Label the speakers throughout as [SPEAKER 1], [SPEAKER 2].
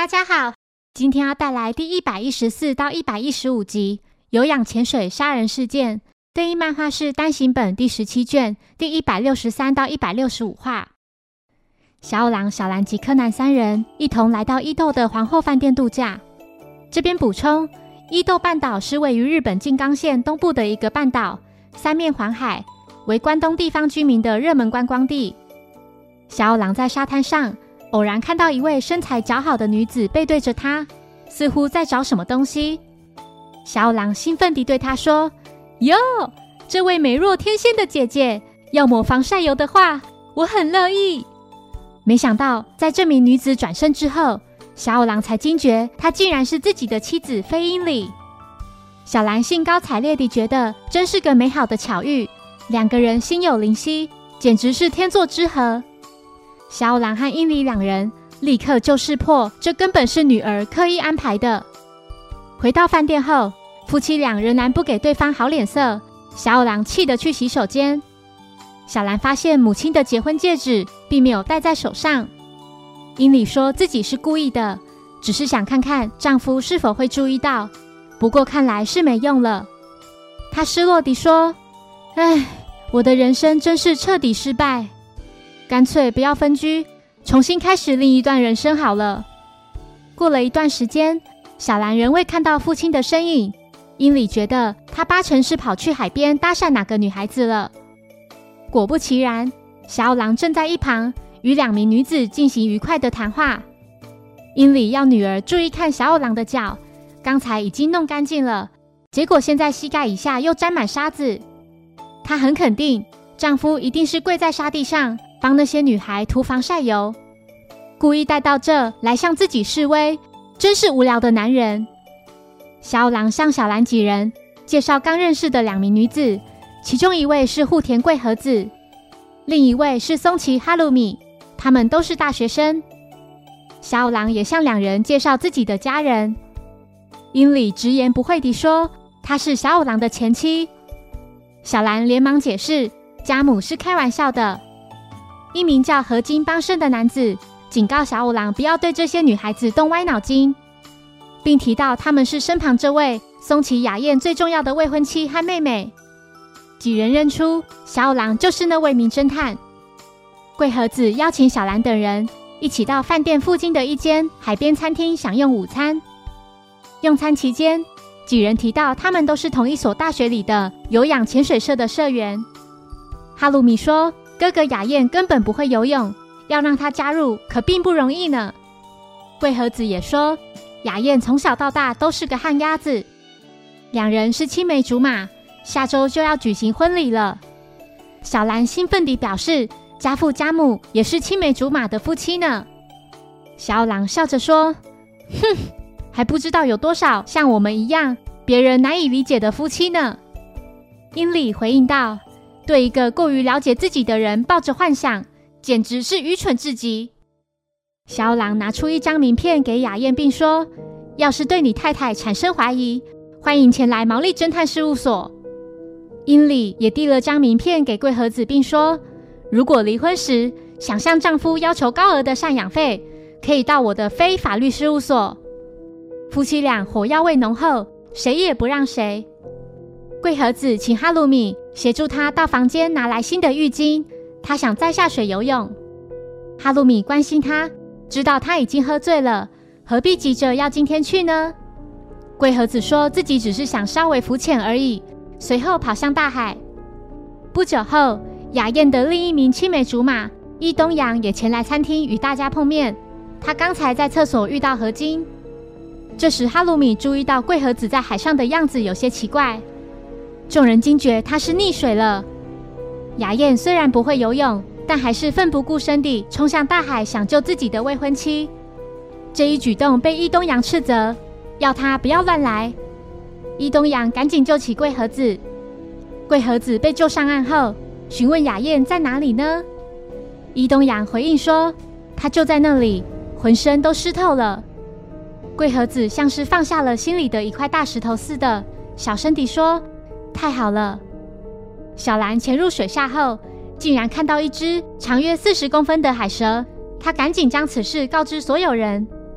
[SPEAKER 1] 大家好，今天要带来第114到115集有氧潜水杀人事件，对应漫画是单行本第17卷第163到165话。小五郎、小兰及柯南三人一同来到伊豆的皇后饭店度假。这边补充，伊豆半岛是位于日本静冈县东部的一个半岛，三面环海，为关东地方居民的热门观光地。小五郎在沙滩上偶然看到一位身材姣好的女子背对着他，似乎在找什么东西。小五郎兴奋地对她说：哟，这位美若天仙的姐姐，要抹防晒油的话，我很乐意。没想到在这名女子转身之后，小五郎才惊觉她竟然是自己的妻子飞鹰里。小兰兴高采烈地觉得真是个美好的巧遇，两个人心有灵犀，简直是天作之合。小五郎和英里两人立刻就识破，这根本是女儿刻意安排的。回到饭店后，夫妻俩仍然不给对方好脸色，小五郎气得去洗手间。小兰发现母亲的结婚戒指并没有戴在手上，英里说自己是故意的，只是想看看丈夫是否会注意到，不过看来是没用了。她失落地说：唉，我的人生真是彻底失败，干脆不要分居，重新开始另一段人生好了。过了一段时间，小兰仍未看到父亲的身影，英里觉得他八成是跑去海边搭讪哪个女孩子了。果不其然，小五郎正在一旁与两名女子进行愉快的谈话。英里要女儿注意看小五郎的脚，刚才已经弄干净了，结果现在膝盖以下又沾满沙子。她很肯定丈夫一定是跪在沙地上帮那些女孩涂防晒油，故意带到这来向自己示威，真是无聊的男人。小五郎向小兰几人介绍刚认识的两名女子，其中一位是户田贵和子，另一位是松崎哈鲁米，他们都是大学生。小五郎也向两人介绍自己的家人。英里直言不讳地说她是小五郎的前妻。小兰连忙解释家母是开玩笑的。一名叫河津邦生的男子警告小五郎不要对这些女孩子动歪脑筋，并提到他们是身旁这位松崎雅彦最重要的未婚妻和妹妹。几人认出小五郎就是那位名侦探。贵和子邀请小兰等人一起到饭店附近的一间海边餐厅享用午餐。用餐期间，几人提到他们都是同一所大学里的有氧潜水社的社员。哈鲁米说哥哥雅彦根本不会游泳，要让他加入可并不容易呢。贵和子也说雅彦从小到大都是个旱鸭子，两人是青梅竹马，下周就要举行婚礼了。小兰兴奋地表示家父家母也是青梅竹马的夫妻呢。小五郎笑着说：哼，还不知道有多少像我们一样别人难以理解的夫妻呢。英里回应道：对一个过于了解自己的人抱着幻想，简直是愚蠢至极。小五郎拿出一张名片给雅彦，并说：要是对你太太产生怀疑，欢迎前来毛利侦探事务所。英里也递了张名片给贵和子，并说：如果离婚时想向丈夫要求高额的赡养费，可以到我的非法律事务所。夫妻俩火药味浓厚，谁也不让谁。贵和子请哈鲁米协助他到房间拿来新的浴巾，他想再下水游泳。哈鲁米关心他，知道他已经喝醉了，何必急着要今天去呢？贵和子说自己只是想稍微浮潜而已，随后跑向大海。不久后，雅彦的另一名青梅竹马伊东洋也前来餐厅与大家碰面，他刚才在厕所遇到河津。这时哈鲁米注意到贵和子在海上的样子有些奇怪，众人惊觉他是溺水了。雅彦虽然不会游泳，但还是奋不顾身地冲向大海，想救自己的未婚妻。这一举动被伊东洋斥责，要他不要乱来。伊东洋赶紧救起贵和子。贵和子被救上岸后，询问雅彦在哪里呢？伊东洋回应说他就在那里，浑身都湿透了。贵和子像是放下了心里的一块大石头似的，小声地说：太好了。小兰潜入水下后，竟然看到一只长约40公分的海蛇，她赶紧将此事告知所有人。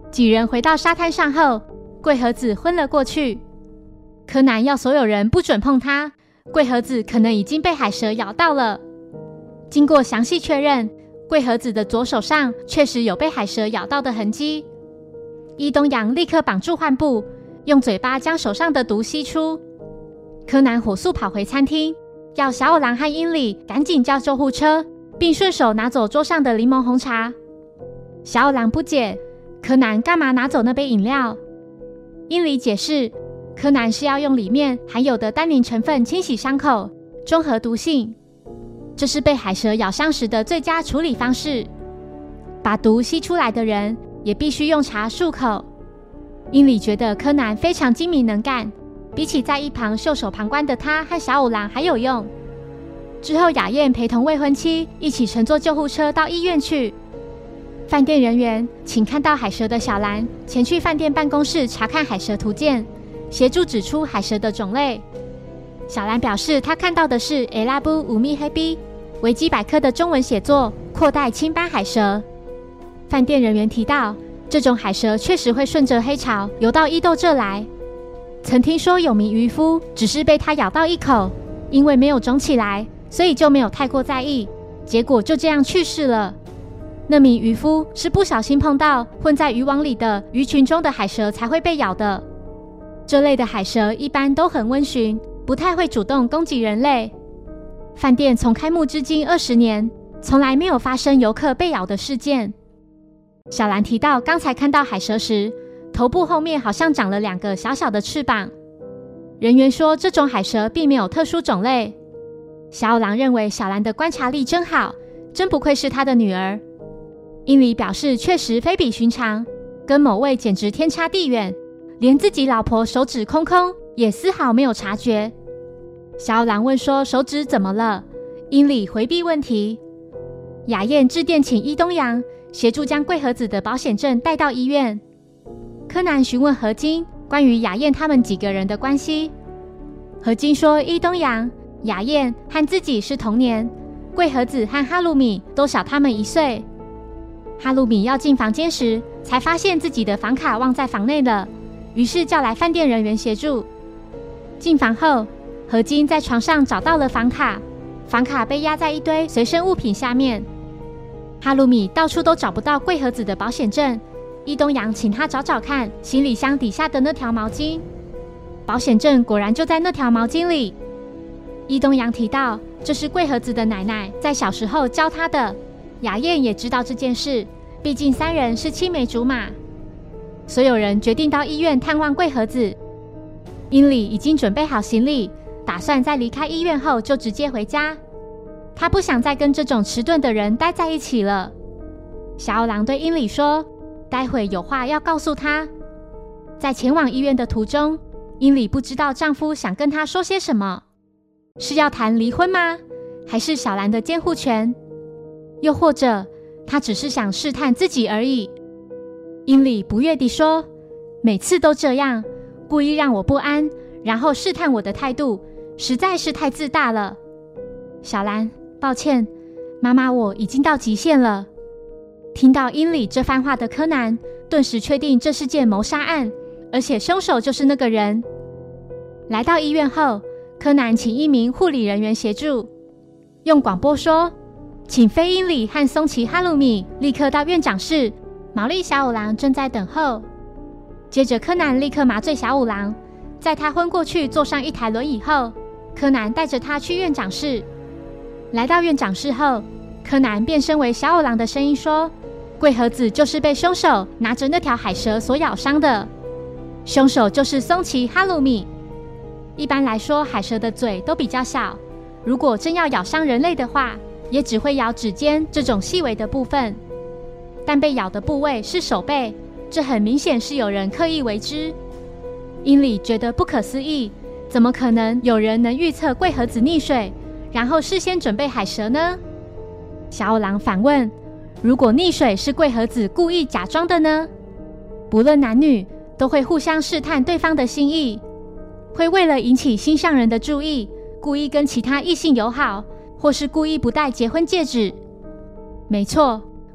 [SPEAKER 1] 几人回到沙滩上后，贵和子昏了过去。柯南要所有人不准碰他，贵和子可能已经被海蛇咬到了。经过详细确认，贵和子的左手上确实有被海蛇咬到的痕迹。伊东洋立刻绑住患部，用嘴巴将手上的毒吸出。柯南火速跑回餐厅，要小五郎和英里赶紧叫救护车，并顺手拿走桌上的柠檬红茶。小五郎不解，柯南干嘛拿走那杯饮料？英里解释，柯南是要用里面含有的单宁成分清洗伤口，中和毒性。这是被海蛇咬伤时的最佳处理方式。把毒吸出来的人也必须用茶漱口。英里觉得柯南非常精明能干，比起在一旁袖手旁观的他和小五郎还有用。之后雅彦陪同未婚妻一起乘坐救护车到医院去。饭店人员请看到海蛇的小兰前去饭店办公室查看海蛇图鉴，协助指出海蛇的种类。小兰表示她看到的是 Elabu Umi Hebi， 维基百科的中文写作阔带青斑海蛇。饭店人员提到，这种海蛇确实会顺着黑潮游到伊豆这来。曾听说有名渔夫只是被它咬到一口，因为没有肿起来，所以就没有太过在意，结果就这样去世了。那名渔夫是不小心碰到混在渔网里的鱼群中的海蛇才会被咬的。这类的海蛇一般都很温驯，不太会主动攻击人类。饭店从开幕至今20年，从来没有发生游客被咬的事件。小兰提到，刚才看到海蛇时，头部后面好像长了2个小小的翅膀。人员说，这种海蛇并没有特殊种类。小五郎认为小兰的观察力真好，真不愧是他的女儿。英里表示，确实非比寻常，跟某位简直天差地远，连自己老婆手指空空也丝毫没有察觉。小五郎问说手指怎么了，英里回避问题。雅彦致电请伊东洋协助将贵和子的保险证带到医院。柯南询问何金关于雅彦他们几个人的关系。何金说，伊东洋、雅彦和自己是同年，贵和子和哈鲁米都小他们1岁。哈鲁米要进房间时，才发现自己的房卡忘在房内了，于是叫来饭店人员协助。进房后，何金在床上找到了房卡，房卡被压在一堆随身物品下面。哈鲁米到处都找不到贵和子的保险证，伊东洋请他找找看行李箱底下的那条毛巾，保险证果然就在那条毛巾里。伊东洋提到，这是贵和子的奶奶在小时候教他的。雅彦也知道这件事，毕竟3人是青梅竹马。所有人决定到医院探望贵和子。英里已经准备好行李，打算在离开医院后就直接回家。他不想再跟这种迟钝的人待在一起了。小五郎对英里说，待会有话要告诉他。在前往医院的途中，英里不知道丈夫想跟她说些什么，是要谈离婚吗？还是小兰的监护权？又或者他只是想试探自己而已。英里不悦地说，每次都这样，故意让我不安，然后试探我的态度，实在是太自大了。小兰，抱歉，妈妈我已经到极限了。听到英里这番话的柯南顿时确定这是件谋杀案，而且凶手就是那个人。来到医院后，柯南请一名护理人员协助，用广播说，请非英里和松崎哈鲁米立刻到院长室，毛利小五郎正在等候。接着柯南立刻麻醉小五郎，在他昏过去坐上一台轮椅后，柯南带着他去院长室。来到院长室后，柯南变身为小五郎的声音说，贵和子就是被凶手拿着那条海蛇所咬伤的，凶手就是松崎哈鲁米。一般来说，海蛇的嘴都比较小，如果真要咬伤人类的话，也只会咬指尖这种细微的部分，但被咬的部位是手背，这很明显是有人刻意为之。英里觉得不可思议，怎么可能有人能预测贵和子溺水，然后事先准备海蛇呢？小五郎反问，如果溺水是贵和子故意假装的呢？不论男女，都会互相试探对方的心意，会为了引起心上人的注意，故意跟其他异性友好，或是故意不戴结婚戒指。没错，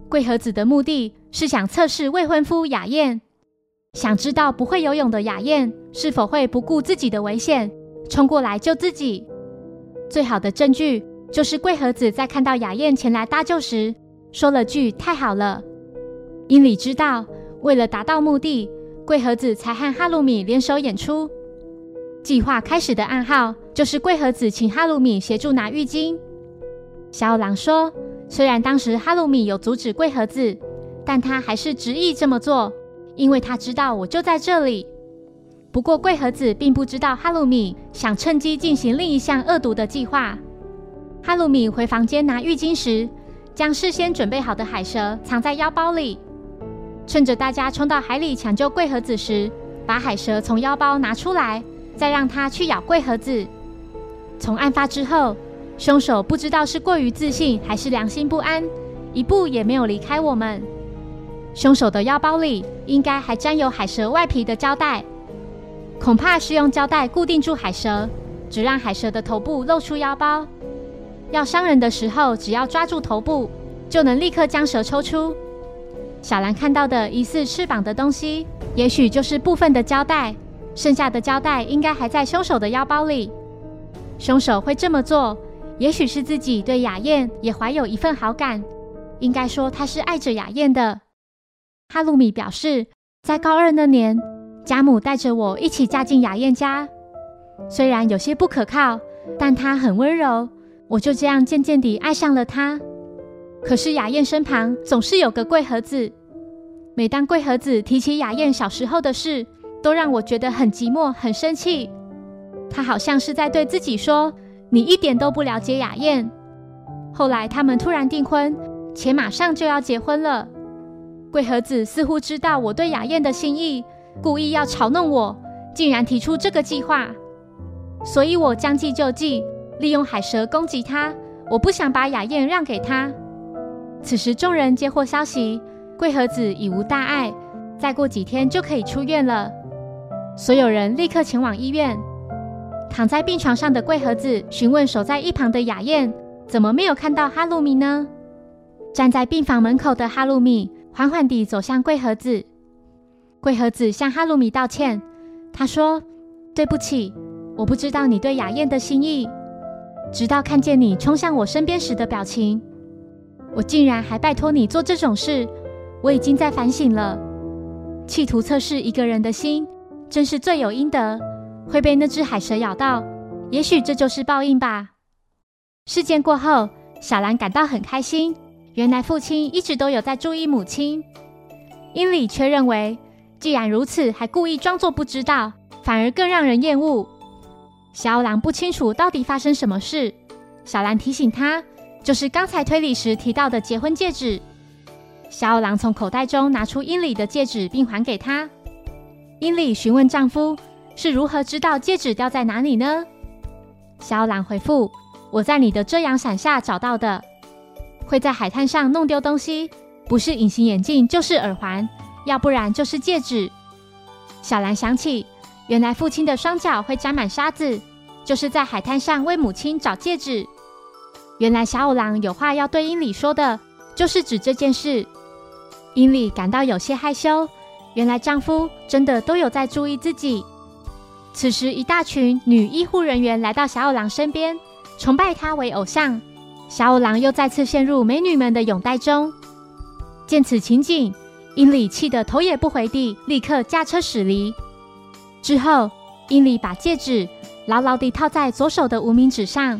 [SPEAKER 1] 贵和子的目的是想测试未婚夫雅燕，想知道不会游泳的雅燕是否会不顾自己的危险冲过来救自己。最好的证据就是贵和子在看到雅燕前来搭救时说了句太好了。英里知道为了达到目的，贵和子才和哈鲁米联手演出。计划开始的暗号就是贵和子请哈鲁米协助拿浴巾。小五郎说，虽然当时哈鲁米有阻止贵和子，但他还是执意这么做，因为他知道我就在这里。不过贵和子并不知道哈鲁米想趁机进行另一项恶毒的计划。哈鲁米回房间拿浴巾时，将事先准备好的海蛇藏在腰包里，趁着大家冲到海里抢救贵和子时，把海蛇从腰包拿出来，再让它去咬贵和子。从案发之后，凶手不知道是过于自信还是良心不安，一步也没有离开我们。凶手的腰包里应该还沾有海蛇外皮的胶带，恐怕是用胶带固定住海蛇，只让海蛇的头部露出腰包。要伤人的时候，只要抓住头部，就能立刻将蛇抽出。小兰看到的疑似翅膀的东西，也许就是部分的胶带，剩下的胶带应该还在凶手的腰包里。凶手会这么做，也许是自己对雅燕也怀有一份好感，应该说他是爱着雅燕的。哈鲁米表示，在高二那年，家母带着我一起嫁进雅燕家，虽然有些不可靠，但她很温柔，我就这样渐渐地爱上了她。可是雅燕身旁总是有个贵和子，每当贵和子提起雅燕小时候的事，都让我觉得很寂寞，很生气。她好像是在对自己说，你一点都不了解雅燕。后来他们突然订婚，且马上就要结婚了。贵和子似乎知道我对雅燕的心意，故意要嘲弄我，竟然提出这个计划。所以我将计就计，利用海蛇攻击他，我不想把雅燕让给他。此时众人接获消息，贵和子已无大碍，再过几天就可以出院了。所有人立刻前往医院。躺在病床上的贵和子询问守在一旁的雅燕，怎么没有看到哈鲁米呢？站在病房门口的哈鲁米缓缓地走向贵和子。贵和子向哈鲁米道歉，他说，对不起，我不知道你对雅燕的心意，直到看见你冲向我身边时的表情，我竟然还拜托你做这种事，我已经在反省了。企图测试一个人的心，真是罪有应得，会被那只海蛇咬到，也许这就是报应吧。事件过后，小兰感到很开心，原来父亲一直都有在注意母亲。英里却认为，既然如此，还故意装作不知道，反而更让人厌恶。小五郎不清楚到底发生什么事，小兰提醒他，就是刚才推理时提到的结婚戒指。小五郎从口袋中拿出英里的戒指并还给他。英里询问丈夫是如何知道戒指掉在哪里呢？小五郎回复，我在你的遮阳伞下找到的。会在海滩上弄丢东西，不是隐形眼镜就是耳环，要不然就是戒指。小兰想起，原来父亲的双脚会沾满沙子，就是在海滩上为母亲找戒指。原来小五郎有话要对英里说的，就是指这件事。英里感到有些害羞，原来丈夫真的都有在注意自己。此时一大群女医护人员来到小五郎身边，崇拜他为偶像。小五郎又再次陷入美女们的拥戴中。见此情景，英里气得头也不回地立刻驾车驶离。之后，英里把戒指牢牢地套在左手的无名指上。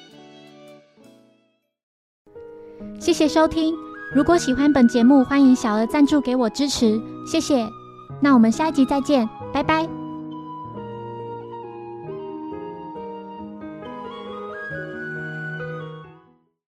[SPEAKER 1] 谢谢收听，如果喜欢本节目，欢迎小额赞助给我支持，谢谢。那我们下一集再见，拜拜。